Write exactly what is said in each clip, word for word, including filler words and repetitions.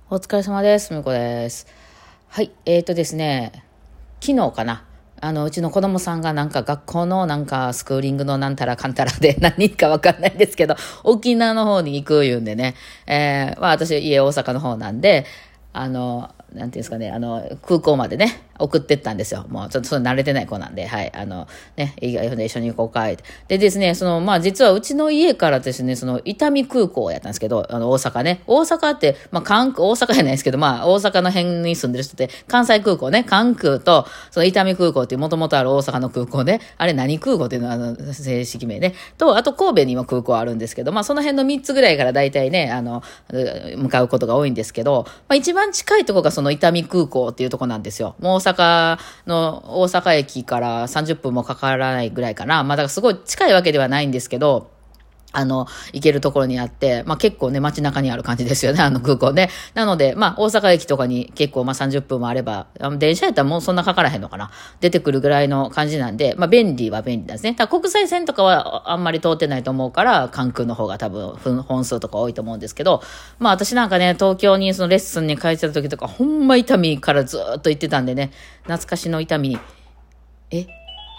お疲れ様です。みこです。はい、えーとですね、昨日かな。あの、うちの子供さんがなんか学校のなんかスクーリングのなんたらかんたらで何人かわかんないんですけど、沖縄の方に行く言うんでね、えー、まあ私家大阪の方なんで、あの、なんていうんですかね、あの、空港までね、送ってったんですよ。もうちょっとそれ慣れてない子なんで、はい、あの、ね、いい一緒に行こうかい。でですね、その、まあ実はうちの家からですね、その、伊丹空港やったんですけど、あの、大阪ね。大阪って、まあ関空、大阪じゃないですけど、まあ大阪の辺に住んでる人って、関西空港ね、関空と、その伊丹空港っていうもともとある大阪の空港ね、あれ何空港っていうのは、あの、正式名ね。と、あと神戸にも空港あるんですけど、まあその辺のみっつぐらいから大体ね、あの、向かうことが多いんですけど、まあ一番近いところがその伊丹空港っていうところなんですよ。もう大阪の、大阪駅からさんじゅっぷんもかからないぐらいかな。まあだからすごい近いわけではないんですけど、あの、行けるところにあって、まあ結構ね、街中にある感じですよね、あの空港ね。なので、まあ大阪駅とかに結構まあさんじゅっぷんもあれば、あの電車やったらもうそんなかからへんのかな。出てくるぐらいの感じなんで、まあ便利は便利なんですね。ただ国際線とかはあんまり通ってないと思うから、関空の方が多分本数とか多いと思うんですけど、まあ私なんかね、東京にそのレッスンに通ってた時とか、ほんま伊丹からずーっと行ってたんでね、懐かしの伊丹に、え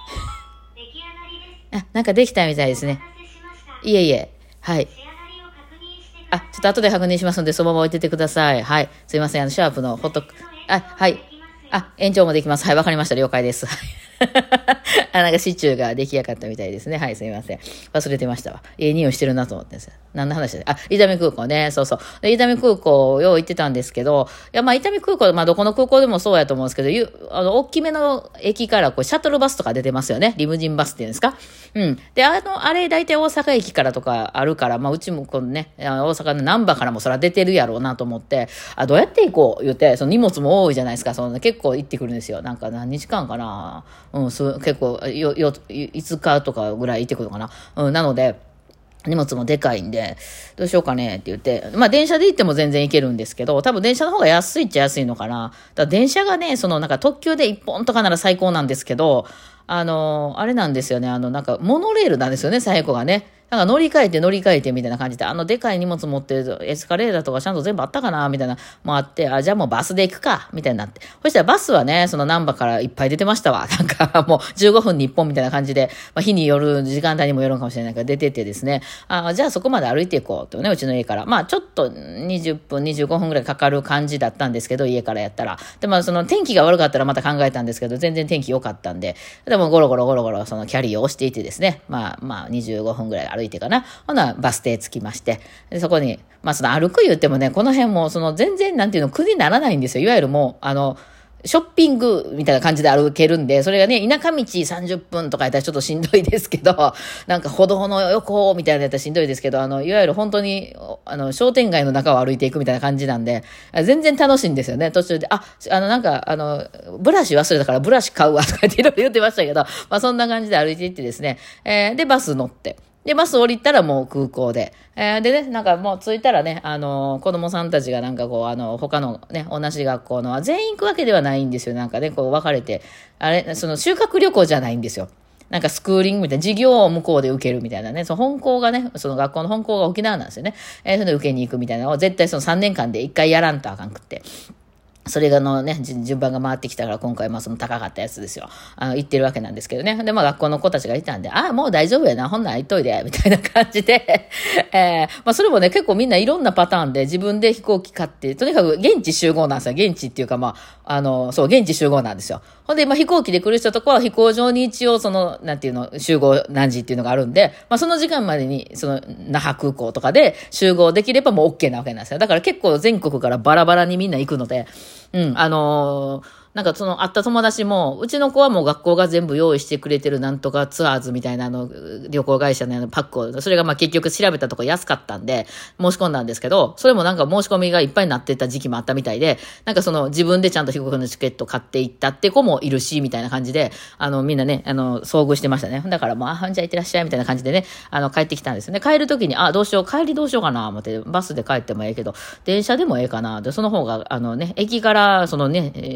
あ、なんかできたみたいですね。いえいえ。はい。あ、ちょっと後で確認しますので、そのまま置いててください。はい。すいません。あの、シャープのホット、あ、はい。あ、延長もできます。はい。わかりました。了解です。はい。あ、なんかシチューが出来上がったみたいですね。はい。すみません。忘れてましたわ。ええ匂いしてるなと思ってんですよ。何の話で。あ、伊丹空港ね。そうそう。で伊丹空港よう行ってたんですけど、いや、まあ、伊丹空港、まあ、どこの空港でもそうやと思うんですけど、ゆあの、大きめの駅からこう、シャトルバスとか出てますよね。リムジンバスっていうんですか。うん。で、あの、あれ、大体大阪駅からとかあるから、まあ、うちもこのね、大阪の難波からもそら出てるやろうなと思って、あ、どうやって行こう言って、その荷物も多いじゃないですか。その結構行ってくるんですよ。なんか何日間かな。うん、す結構、よ、よ、いつかとかぐらい行ってくるのかな。うん、なので、荷物もでかいんで、どうしようかねって言って、まあ電車で行っても全然行けるんですけど、多分電車の方が安いっちゃ安いのかな。だから電車がね、そのなんか特急で一本とかなら最高なんですけど、あの、あれなんですよね、あのなんかモノレールなんですよね、最後がね。なんか乗り換えて乗り換えてみたいな感じで、あのでかい荷物持ってるエスカレーターとかちゃんと全部あったかなみたいなもあって、あ、じゃあもうバスで行くかみたいになって。そしたらバスはね、その難波からいっぱい出てましたわ。なんかもうじゅうごふんにいっぽんみたいな感じで、まあ、日による、時間帯にもよるかもしれないから出ててですね、あ、じゃあそこまで歩いていこうとね、うちの家から。まあちょっとにじゅっぷん、にじゅうごふんぐらいかかる感じだったんですけど、家からやったら。で、まあその天気が悪かったらまた考えたんですけど、全然天気良かったんで、でもゴロゴロゴロゴロそのキャリーを押していてですね、まあまあにじゅうごふんぐらい歩いてかな。ほな、バス停着きまして、でそこに、まあその歩く言ってもね、この辺もその全然なんていうの苦にならないんですよ。いわゆるもう、あの、ショッピングみたいな感じで歩けるんで、それがね、田舎道さんじゅっぷんとかやったらちょっとしんどいですけど、なんか歩道の横みたいなやったらしんどいですけど、あの、いわゆる本当に、あの、商店街の中を歩いていくみたいな感じなんで、全然楽しいんですよね、途中で。あ、あの、なんか、あの、ブラシ忘れたからブラシ買うわとかっていろいろ言ってましたけど、まあそんな感じで歩いていってですね、えー、で、バス乗って、で、バス降りたらもう空港で。えー、でね、なんかもう着いたらね、あのー、子供さんたちがなんかこう、あの、他のね、同じ学校の、全員行くわけではないんですよ。なんかね、こう分かれて、あれ、その修学旅行じゃないんですよ。なんかスクーリングみたいな、授業を向こうで受けるみたいなね、その本校がね、その学校の本校が沖縄なんですよね。えー、それで受けに行くみたいなのを絶対そのさんねんかんでいっかいやらんとあかんくって。それがのね、順番が回ってきたから今回まあその高かったやつですよ。あの、言ってるわけなんですけどね。で、まあ学校の子たちがいたんで、ああ、もう大丈夫やな、ほんなん言っといで、みたいな感じで、えー、まあそれもね、結構みんないろんなパターンで自分で飛行機買って、とにかく現地集合なんですよ。現地っていうかまあ、あの、そう、現地集合なんですよ。ほんで、まあ飛行機で来る人とかは飛行場に一応その、なんていうの、集合何時っていうのがあるんで、まあその時間までに、その、那覇空港とかで集合できればもう OK なわけなんですよ。だから結構全国からバラバラにみんな行くので、うん、あのー、なんかその会った友達も、うちの子はもう学校が全部用意してくれてるなんとかツアーズみたいなの、旅行会社のあのパックを、それがまあ結局調べたとこ安かったんで、申し込んだんですけど、それもなんか申し込みがいっぱいになってた時期もあったみたいで、なんかその自分でちゃんと飛行機のチケット買っていったって子もいるし、みたいな感じで、あのみんなね、あの、遭遇してましたね。だからもう、あ、じゃあ行ってらっしゃいみたいな感じでね、あの帰ってきたんですよね。帰るときに、あ、どうしよう、帰りどうしようかな、思って、バスで帰ってもええけど、電車でもええかな、で、その方が、あのね、駅からそのね、にじゅうごふん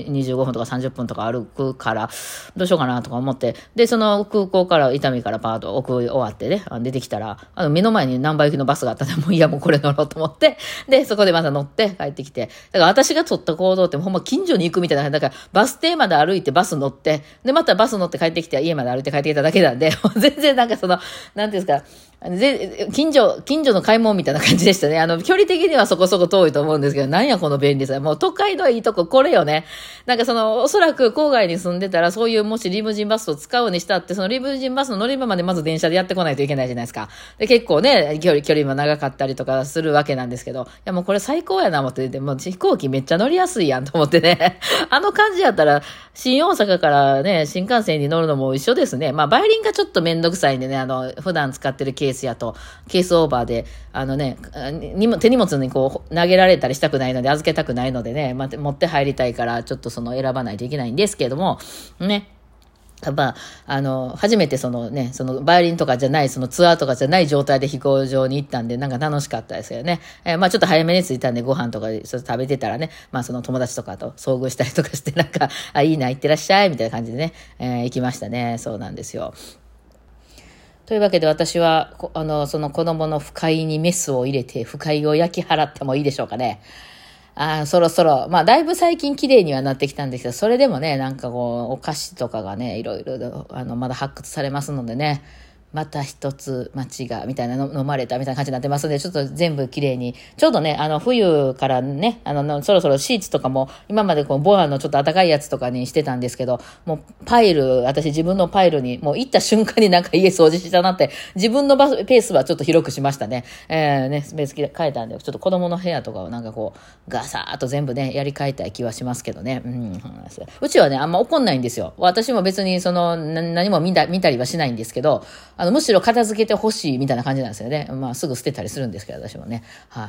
分とかさんじゅっぷんとか歩くから、どうしようかなとか思って、で、その空港から、伊丹からパート送り終わってね、出てきたら、あの、目の前に難波行きのバスがあったんで、もういや、もうこれ乗ろうと思って、で、そこでまた乗って帰ってきて、だから私が取った行動ってほんま近所に行くみたいな、だからバス停まで歩いてバス乗って、で、またバス乗って帰ってきて、家まで歩いて帰ってきただけなんで、全然なんかその、なんていうんですか、ぜ近所、近所の買い物みたいな感じでしたね。あの、距離的にはそこそこ遠いと思うんですけど、なんやこの便利さ。もう都会のいいとこ、これよね。なんかその、おそらく郊外に住んでたら、そういうもしリムジンバスを使うにしたって、そのリムジンバスの乗り場までまず電車でやってこないといけないじゃないですか。で、結構ね、距離、距離も長かったりとかするわけなんですけど、いやもうこれ最高やな思って、でも飛行機めっちゃ乗りやすいやんと思ってね。あの感じやったら、新大阪からね、新幹線に乗るのも一緒ですね。まあ、バイリンがちょっとめんどくさいんでね、あの、普段使ってるケースやと、ケースオーバーで、あのね、に手荷物にこう投げられたりしたくないので、預けたくないのでね、まあ、持って入りたいから、ちょっとその選ばないといけないんですけれども、ね。まあ、あの、初めてそのね、そのバイオリンとかじゃない、そのツアーとかじゃない状態で飛行場に行ったんで、なんか楽しかったですよね。えー、まあちょっと早めに着いたんでご飯とか食べてたらね、まあその友達とかと遭遇したりとかして、なんか、あ、いいな、行ってらっしゃい、みたいな感じでね、えー、行きましたね。そうなんですよ。というわけで私は、あの、その子供の不快にメスを入れて、不快を焼き払ってもいいでしょうかね。あ、そろそろ、まあ、だいぶ最近綺麗にはなってきたんですけど、それでもね、なんかこう、お菓子とかがね、いろいろ、あの、まだ発掘されますのでね、また一つ町が、みたいなの飲まれたみたいな感じになってますので、ちょっと全部綺麗に、ちょうどね、あの、冬からね、あの、そろそろシーツとかも、今までこう、ボアのちょっと暖かいやつとかにしてたんですけど、もう、パイル、私自分のパイルに、もう行った瞬間になんか家掃除したなって、自分のペースはちょっと広くしましたね。えー、ね、スペース変えたんで、ちょっと子供の部屋とかをなんかこう、ガサーっと全部ね、やり替えたい気はしますけどね。うん、うちはね、あんま怒んないんですよ。私も別にその、何も見た、見たりはしないんですけど、あの、むしろ片付けてほしいみたいな感じなんですよね。まあ、すぐ捨てたりするんですけど、私もね。はい。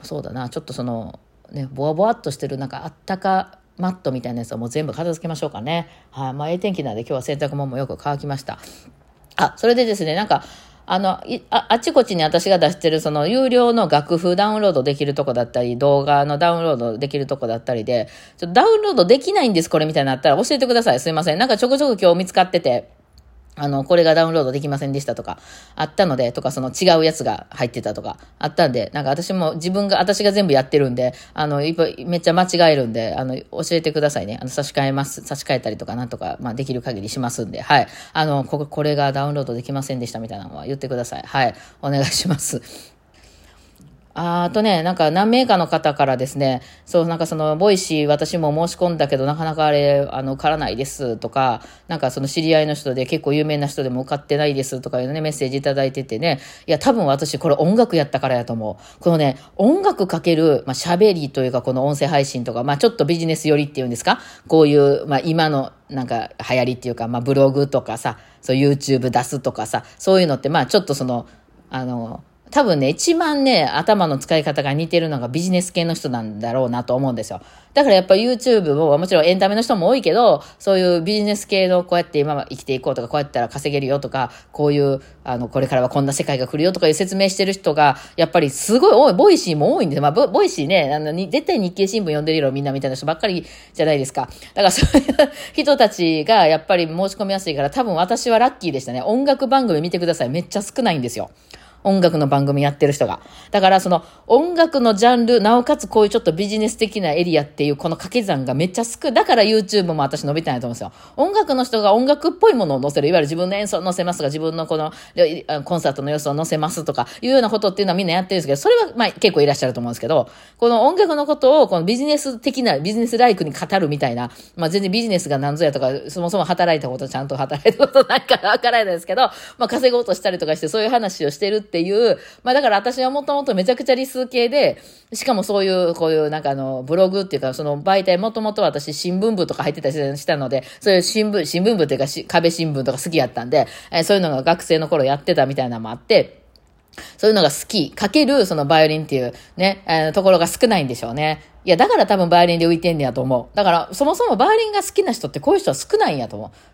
そうだな。ちょっとその、ね、ボワボワっとしてる、なんかあったかマットみたいなやつはもう全部片付けましょうかね。はい。まあ、ええ天気なんで今日は洗濯物もよく乾きました。あ、それでですね、なんか、あの、あ、あちこちに私が出してるその有料の楽譜ダウンロードできるとこだったり、動画のダウンロードできるとこだったりで、ちょっとダウンロードできないんです、これみたいになったら教えてください。すいません。なんかちょくちょく今日見つかってて、あの、これがダウンロードできませんでしたとか、あったので、とか、その違うやつが入ってたとか、あったんで、なんか私も自分が、私が全部やってるんで、あの、めっちゃ間違えるんで、あの、教えてくださいね。あの、差し替えます、差し替えたりとか、なんとか、まあ、できる限りしますんで、はい。あの、こ、これがダウンロードできませんでしたみたいなのは言ってください。はい。お願いします。ああとね、なんか何名かの方からですね、そう、なんかその、ボイシー私も申し込んだけど、なかなかあれ、あの、受からないですとか、なんかその知り合いの人で結構有名な人でも受かってないですとかいうね、メッセージいただいててね、いや、多分私これ音楽やったからやと思う。このね、音楽かける、まあ、喋りというかこの音声配信とか、まあ、ちょっとビジネス寄りっていうんですか、こういう、まあ、今の、なんか流行りっていうか、まあ、ブログとかさ、そう YouTube 出すとかさ、そういうのって、まあ、ちょっとその、あの、多分ね、一番ね、頭の使い方が似てるのがビジネス系の人なんだろうなと思うんですよ。だからやっぱ YouTube ももちろんエンタメの人も多いけど、そういうビジネス系のこうやって今は生きていこうとか、こうやったら稼げるよとか、こういう、あの、これからはこんな世界が来るよとかいう説明してる人が、やっぱりすごい多い、ボイシーも多いんですよ。まあ、ボ, ボイシーね、あの、絶対日経新聞読んでるよみんなみたいな人ばっかりじゃないですか。だからそういう人たちがやっぱり申し込みやすいから、多分私はラッキーでしたね。音楽番組見てください。めっちゃ少ないんですよ。音楽の番組やってる人が。だからその音楽のジャンル、なおかつこういうちょっとビジネス的なエリアっていうこの掛け算がめっちゃ少い。だから YouTube も私伸びたいなと思うんですよ。音楽の人が音楽っぽいものを載せる。いわゆる自分の演奏を載せますとか、自分のこのコンサートの様子を載せますとかいうようなことっていうのはみんなやってるんですけど、それはまあ結構いらっしゃると思うんですけど、この音楽のことをこのビジネス的な、ビジネスライクに語るみたいな、まあ全然ビジネスが何ぞやとか、そもそも働いたこと、ちゃんと働いたことなんかわからないですけど、まあ稼ごうとしたりとかしてそういう話をしてるっていう、まあだから私はもともとめちゃくちゃ理数系で、しかもそういう、こういうなんかあの、ブログっていうか、その媒体もともと私新聞部とか入ってたりしたので、そういう新聞、新聞部っていうか壁新聞とか好きやったんで、えー、そういうのが学生の頃やってたみたいなのもあって、そういうのが好き、かけるそのバイオリンっていうね、えー、ところが少ないんでしょうね。いや、だから多分バイオリンで浮いてんねやと思う。だから、そもそもバイオリンが好きな人ってこういう人は少ないんやと思う。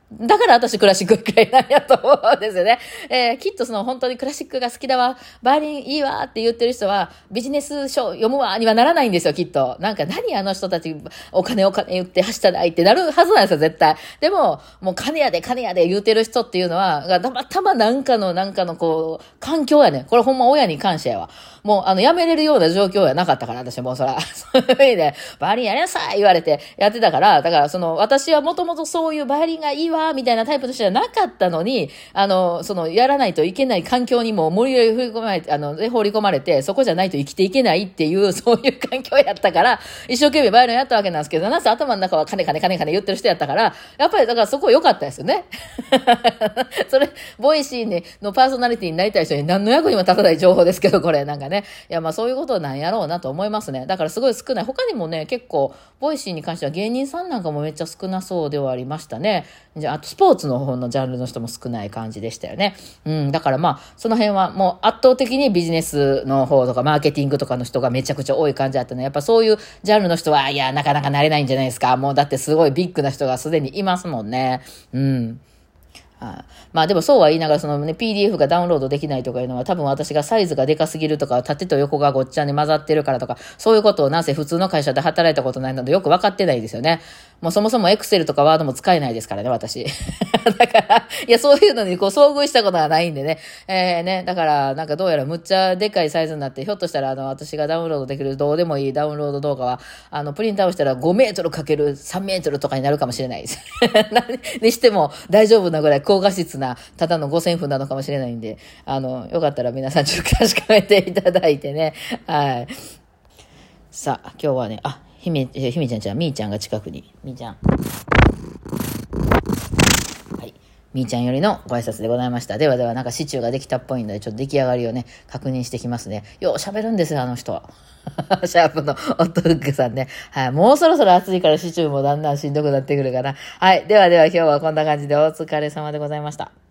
だから私クラシックくらいなんやと思うんですよね。えー、きっとその本当にクラシックが好きだわ、バイオリンいいわって言ってる人は、ビジネス書読むわにはならないんですよ、きっと。なんか何あの人たち、お金お金言って走ったないってなるはずなんですよ、絶対。でも、もう金やで金やで言ってる人っていうのは、たまたまなんかのなんかのこう、環境やね。これほんま親に感謝やわ。もうあの、やめれるような状況やなかったから、私もうそら。そういう意味で、バイオリンやりなさい言われてやってたから、だからその、私はもともとそういうバイオリンがいいわ、みたいなタイプとしてはなかったのに、あの、その、やらないといけない環境にも無理やり振り込まれて、あの、放り込まれて、そこじゃないと生きていけないっていう、そういう環境やったから、一生懸命バイオリンやったわけなんですけど、なんせ頭の中は金金金金言ってる人やったから、やっぱりだからそこ良かったですよね。それ、ボイシーのパーソナリティになりたい人に何の役にも立たない情報ですけど、これなんかね。いや、まあそういうことなんやろうなと思いますね。だからすごい少ない。他にもね、結構、ボイシーに関しては芸人さんなんかもめっちゃ少なそうではありましたね。じゃあ、あとスポーツの方のジャンルの人も少ない感じでしたよね。うん、だからまあ、その辺はもう圧倒的にビジネスの方とかマーケティングとかの人がめちゃくちゃ多い感じだったので、やっぱそういうジャンルの人は、いや、なかなかなれないんじゃないですか。もうだってすごいビッグな人がすでにいますもんね。うん。あまあでもそうは言いながらそのね ピーディーエフ がダウンロードできないとかいうのは多分私がサイズがでかすぎるとか縦と横がごっちゃに混ざってるからとかそういうことをなぜ普通の会社で働いたことないのでよく分かってないですよね。もうそもそもエクセルとかワードも使えないですからね私。だからいやそういうのにこう遭遇したことがないんでね。えー、ねだからなんかどうやらむっちゃでかいサイズになってひょっとしたらあの私がダウンロードできるどうでもいいダウンロード動画はあのプリントアウトしたらごメートルかけるさんメートルとかになるかもしれないです。にしても大丈夫なぐらい高画質なただの五線譜なのかもしれないんで、あの、よかったら皆さんちょっと確かめていただいてね。はい。さあ、今日はね、あ、ひめ、ひめちゃんちゃん、みーちゃんが近くに。みーちゃん。はい。みーちゃんよりのご挨拶でございました。ではでは、なんかシチューができたっぽいので、ちょっと出来上がりをね、確認してきますね。よう喋るんですよ、あの人は。シャープのオットフックさんね。はい。もうそろそろ暑いからシチューもだんだんしんどくなってくるかな。はい。ではでは今日はこんな感じでお疲れ様でございました。